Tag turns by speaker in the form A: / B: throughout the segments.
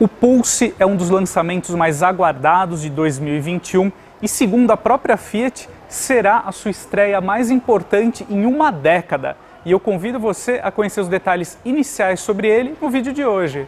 A: O Pulse é um dos lançamentos mais aguardados de 2021 e, segundo a própria Fiat, será a sua estreia mais importante em uma década. E eu convido você a conhecer os detalhes iniciais sobre ele no vídeo de hoje.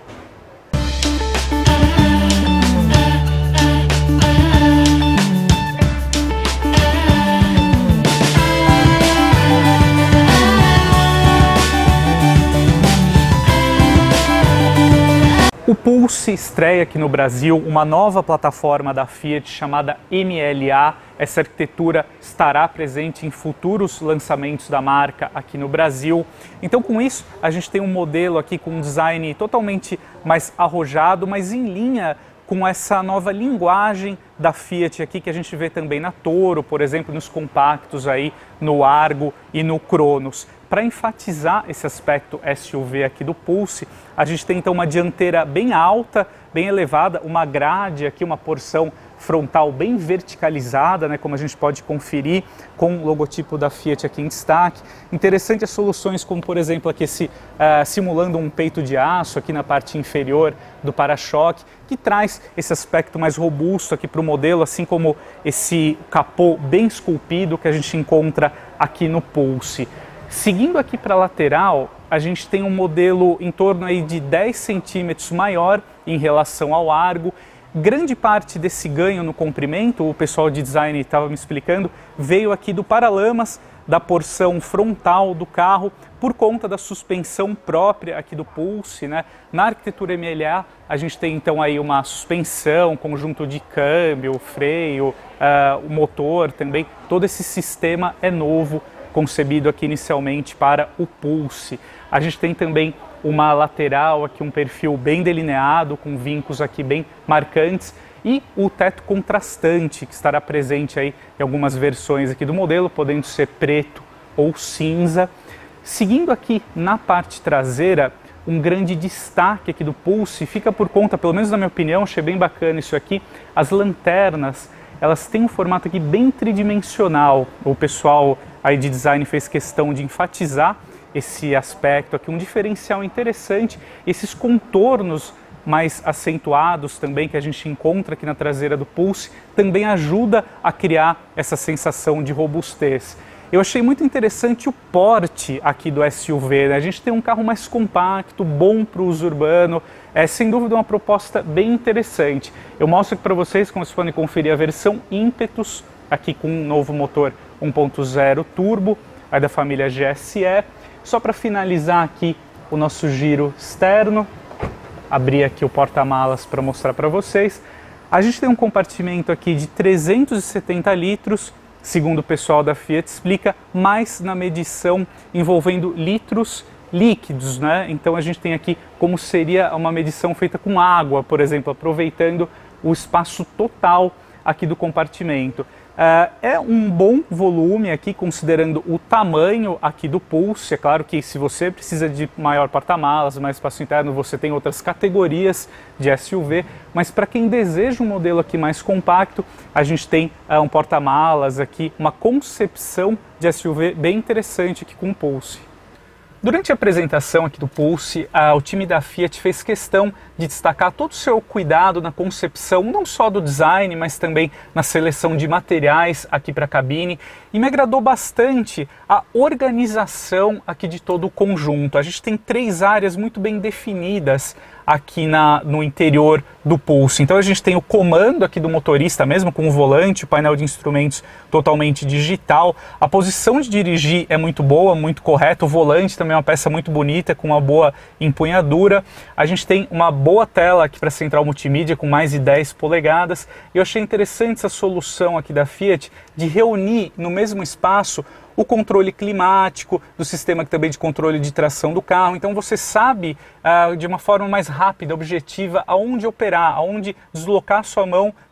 A: O Pulse estreia aqui no Brasil uma nova plataforma da Fiat chamada MLA. Essa arquitetura estará presente em futuros lançamentos da marca aqui no Brasil. Então, com isso, a gente tem um modelo aqui com um design totalmente mais arrojado, mas em linha com essa nova linguagem da Fiat aqui que a gente vê também na Toro, por exemplo, nos compactos aí, no Argo e no Cronos. Para enfatizar esse aspecto SUV aqui do Pulse, a gente tem então uma dianteira bem alta, bem elevada, uma grade aqui, uma porção frontal bem verticalizada, né, como a gente pode conferir com o logotipo da Fiat aqui em destaque. Interessante as soluções como, por exemplo, aqui simulando um peito de aço aqui na parte inferior do para-choque, que traz esse aspecto mais robusto aqui para o modelo, assim como esse capô bem esculpido que a gente encontra aqui no Pulse. Seguindo aqui para a lateral, a gente tem um modelo em torno aí de 10 centímetros maior em relação ao Argo. Grande parte desse ganho no comprimento, o pessoal de design estava me explicando, veio aqui do paralamas, da porção frontal do carro, por conta da suspensão própria aqui do Pulse, né? Na arquitetura MLA, a gente tem então aí uma suspensão, conjunto de câmbio, freio, o motor também, todo esse sistema é novo, concebido aqui inicialmente para o Pulse. A gente tem também uma lateral aqui, um perfil bem delineado, com vincos aqui bem marcantes, e o teto contrastante, que estará presente aí em algumas versões aqui do modelo, podendo ser preto ou cinza. Seguindo aqui na parte traseira, um grande destaque aqui do Pulse fica por conta, pelo menos na minha opinião, achei bem bacana isso aqui, as lanternas, elas têm um formato aqui bem tridimensional. O pessoal aí de design fez questão de enfatizar esse aspecto aqui, um diferencial interessante, esses contornos mais acentuados também que a gente encontra aqui na traseira do Pulse, também ajuda a criar essa sensação de robustez. Eu achei muito interessante o porte aqui do SUV, né? A gente tem um carro mais compacto, bom para o uso urbano, é sem dúvida uma proposta bem interessante. Eu mostro aqui para vocês, como vocês podem conferir, a versão Impetus, aqui com um novo motor 1.0 turbo, aí da família GSE. Só para finalizar aqui o nosso giro externo, abrir aqui o porta-malas para mostrar para vocês. A gente tem um compartimento aqui de 370 litros, segundo o pessoal da Fiat explica, mais na medição envolvendo litros líquidos, né? Então a gente tem aqui como seria uma medição feita com água, por exemplo, aproveitando o espaço total aqui do compartimento. É um bom volume aqui, considerando o tamanho aqui do Pulse. É claro que se você precisa de maior porta-malas, mais espaço interno, você tem outras categorias de SUV, mas para quem deseja um modelo aqui mais compacto, a gente tem um porta-malas aqui, uma concepção de SUV bem interessante aqui com o Pulse. Durante a apresentação aqui do Pulse, o time da Fiat fez questão de destacar todo o seu cuidado na concepção, não só do design, mas também na seleção de materiais aqui para a cabine. E me agradou bastante a organização aqui de todo o conjunto. A gente tem 3 áreas muito bem definidas aqui no interior do Pulse. Então a gente tem o comando aqui do motorista mesmo, com o volante, o painel de instrumentos totalmente digital. A posição de dirigir é muito boa, muito correta. O volante também é uma peça muito bonita, com uma boa empunhadura. A gente tem uma boa tela aqui para central multimídia, com mais de 10 polegadas. Eu achei interessante essa solução aqui da Fiat de reunir no mesmo espaço o controle climático, do sistema também de controle de tração do carro. Então você sabe de uma forma mais rápida, objetiva, aonde operar, aonde deslocar sua mão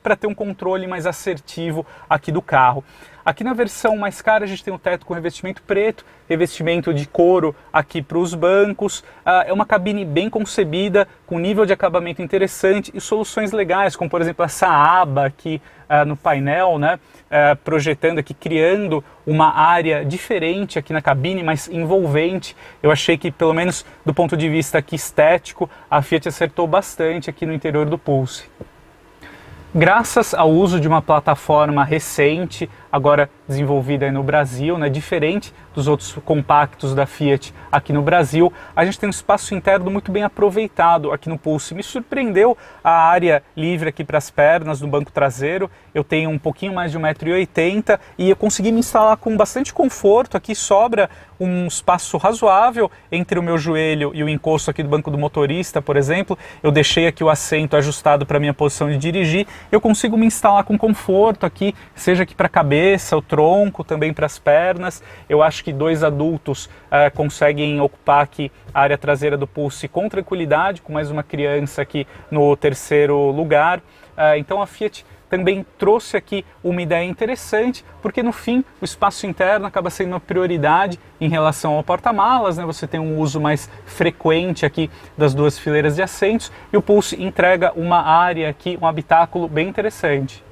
A: para ter um controle mais assertivo aqui do carro. Aqui na versão mais cara a gente tem um teto com revestimento preto, revestimento de couro aqui para os bancos, é uma cabine bem concebida, com nível de acabamento interessante e soluções legais, como por exemplo essa aba aqui no painel, né, projetando aqui, criando uma área diferente aqui na cabine, mais envolvente. Eu achei que, pelo menos do ponto de vista aqui estético, a Fiat acertou bastante aqui no interior do Pulse. Graças ao uso de uma plataforma recente, agora desenvolvida aí no Brasil, né, diferente dos outros compactos da Fiat aqui no Brasil, a gente tem um espaço interno muito bem aproveitado aqui no Pulse. Me surpreendeu a área livre aqui para as pernas no banco traseiro. Eu tenho um pouquinho mais de 1,80 m e eu consegui me instalar com bastante conforto. Aqui sobra um espaço razoável entre o meu joelho e o encosto aqui do banco do motorista, por exemplo. Eu deixei aqui o assento ajustado para a minha posição de dirigir. Eu consigo me instalar com conforto aqui, seja aqui para a cabeça, o tronco, também para as pernas. Eu acho que 2 adultos conseguem ocupar aqui a área traseira do Pulse com tranquilidade, com mais uma criança aqui no terceiro lugar. Então a Fiat também trouxe aqui uma ideia interessante, porque no fim o espaço interno acaba sendo uma prioridade em relação ao porta-malas, né? Você tem um uso mais frequente aqui das 2 fileiras de assentos e o Pulse entrega uma área aqui, um habitáculo bem interessante.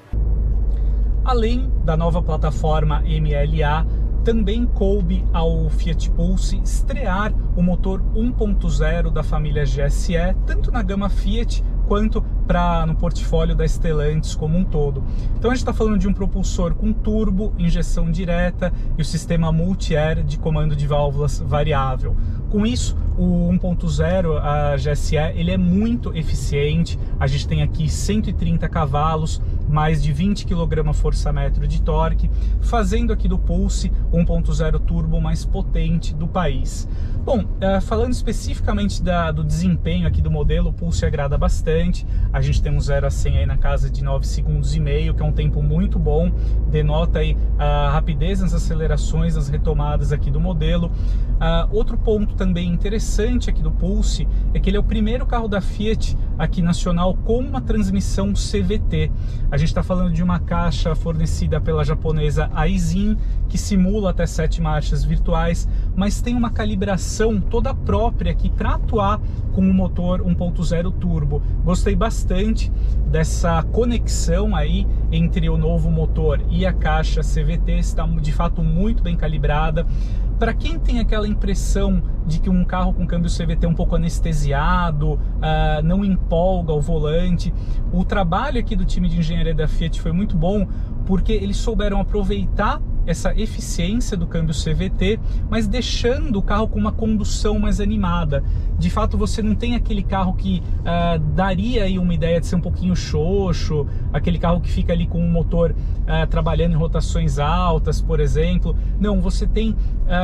A: Além da nova plataforma MLA, também coube ao Fiat Pulse estrear o motor 1.0 da família GSE, tanto na gama Fiat quanto no portfólio da Stellantis como um todo. Então a gente está falando de um propulsor com turbo, injeção direta e o sistema multi-air de comando de válvulas variável. Com isso, o 1.0, a GSE, ele é muito eficiente. A gente tem aqui 130 cavalos, mais de 20 kgfm de torque, fazendo aqui do Pulse 1.0 turbo mais potente do país. Bom, falando especificamente do desempenho aqui do modelo, o Pulse agrada bastante. A gente tem um 0 a 100 aí na casa de 9,5 segundos, que é um tempo muito bom, denota aí a rapidez nas acelerações, nas retomadas aqui do modelo. Outro ponto também interessante aqui do Pulse é que ele é o primeiro carro da Fiat aqui nacional com uma transmissão CVT. A gente está falando de uma caixa fornecida pela japonesa Aisin, que simula até 7 marchas virtuais, mas tem uma calibração toda própria aqui para atuar com o motor 1.0 turbo. Gostei bastante dessa conexão aí entre o novo motor e a caixa CVT, está de fato muito bem calibrada. Para quem tem aquela impressão de que um carro com câmbio CVT é um pouco anestesiado, não empolga o volante, o trabalho aqui do time de engenharia da Fiat foi muito bom, porque eles souberam aproveitar essa eficiência do câmbio CVT, mas deixando o carro com uma condução mais animada. De fato, você não tem aquele carro que daria aí uma ideia de ser um pouquinho xoxo, aquele carro que fica ali com o motor trabalhando em rotações altas, por exemplo. Não, você tem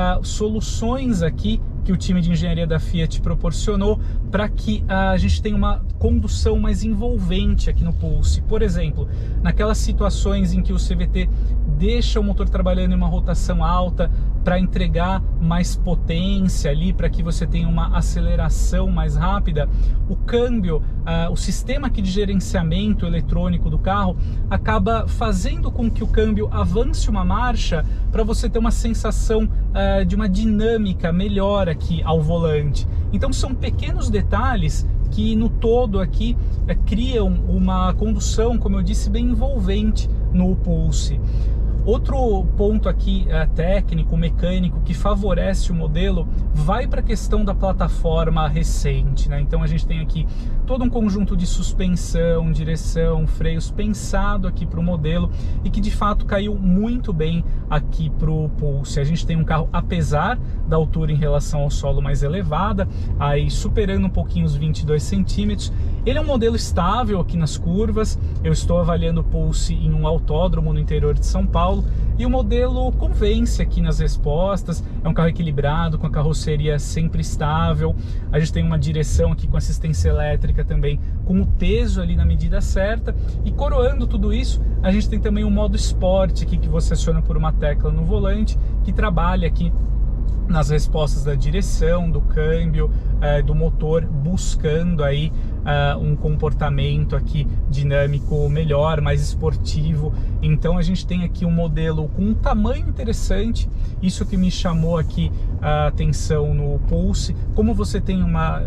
A: soluções aqui que o time de engenharia da Fiat proporcionou para que a gente tenha uma condução mais envolvente aqui no Pulse. Por exemplo, naquelas situações em que o CVT deixa o motor trabalhando em uma rotação alta para entregar mais potência ali, para que você tenha uma aceleração mais rápida, o câmbio, o sistema aqui de gerenciamento eletrônico do carro acaba fazendo com que o câmbio avance uma marcha para você ter uma sensação de uma dinâmica melhor aqui ao volante. Então são pequenos detalhes que no todo aqui criam uma condução, como eu disse, bem envolvente no Pulse. Outro ponto aqui técnico, mecânico, que favorece o modelo, vai para a questão da plataforma recente, né? Então a gente tem aqui todo um conjunto de suspensão, direção, freios pensado aqui para o modelo e que de fato caiu muito bem aqui para o Pulse. A gente tem um carro, apesar da altura em relação ao solo mais elevada, aí superando um pouquinho os 22 centímetros, ele é um modelo estável aqui nas curvas. Eu estou avaliando o Pulse em um autódromo no interior de São Paulo e o modelo convence aqui nas respostas. É um carro equilibrado, com a carroceria sempre estável. A gente tem uma direção aqui com assistência elétrica também, com o peso ali na medida certa. E coroando tudo isso, a gente tem também o modo Sport aqui, que você aciona por uma tecla no volante, que trabalha aqui nas respostas da direção, do câmbio, do motor, buscando aí um comportamento aqui dinâmico melhor, mais esportivo. Então a gente tem aqui um modelo com um tamanho interessante, isso que me chamou aqui a atenção no Pulse. Como você tem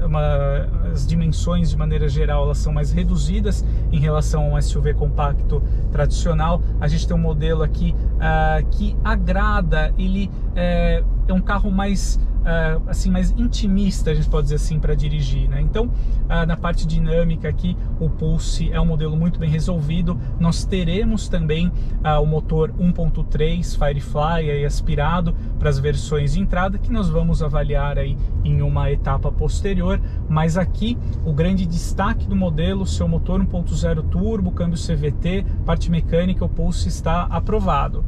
A: as dimensões de maneira geral, elas são mais reduzidas em relação a um SUV compacto tradicional, a gente tem um modelo aqui que agrada, ele é um carro mais assim, mais intimista, a gente pode dizer assim, para dirigir, né? Então, na parte dinâmica aqui, o Pulse é um modelo muito bem resolvido. Nós teremos também o motor 1.3 Firefly aí aspirado para as versões de entrada, que nós vamos avaliar aí em uma etapa posterior. Mas aqui, o grande destaque do modelo, seu motor 1.0 turbo, câmbio CVT, parte mecânica, o Pulse está aprovado.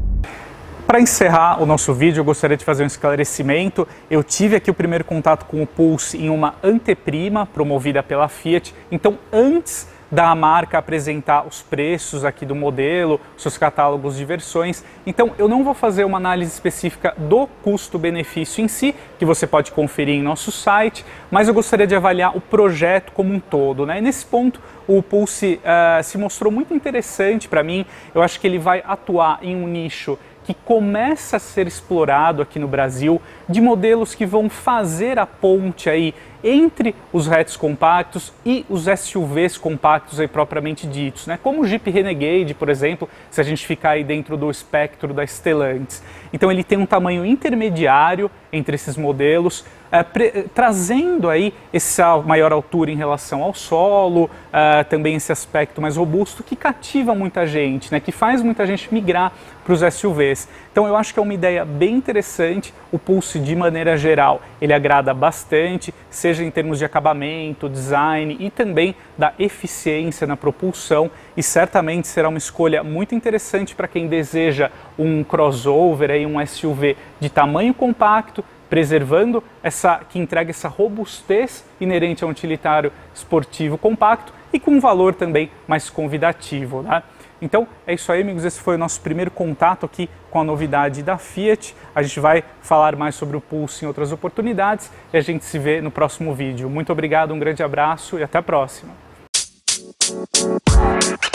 A: Para encerrar o nosso vídeo, eu gostaria de fazer um esclarecimento. Eu tive aqui o primeiro contato com o Pulse em uma anteprima promovida pela Fiat. Então, antes da marca apresentar os preços aqui do modelo, seus catálogos de versões. Então, eu não vou fazer uma análise específica do custo-benefício em si, que você pode conferir em nosso site, mas eu gostaria de avaliar o projeto como um todo, né? E nesse ponto, o Pulse se mostrou muito interessante para mim. Eu acho que ele vai atuar em um nicho que começa a ser explorado aqui no Brasil, de modelos que vão fazer a ponte aí entre os hatches compactos e os SUVs compactos aí propriamente ditos, né? Como o Jeep Renegade, por exemplo, se a gente ficar aí dentro do espectro da Stellantis. Então ele tem um tamanho intermediário entre esses modelos, trazendo aí essa maior altura em relação ao solo, também esse aspecto mais robusto que cativa muita gente, né? Que faz muita gente migrar para os SUVs. Então eu acho que é uma ideia bem interessante. O Pulse, de maneira geral, ele agrada bastante, seja em termos de acabamento, design e também da eficiência na propulsão, e certamente será uma escolha muito interessante para quem deseja um crossover, aí, um SUV de tamanho compacto, preservando que entrega essa robustez inerente a um utilitário esportivo compacto e com um valor também mais convidativo, né? Então é isso aí, amigos, esse foi o nosso primeiro contato aqui com a novidade da Fiat. A gente vai falar mais sobre o Pulse em outras oportunidades e a gente se vê no próximo vídeo. Muito obrigado, um grande abraço e até a próxima.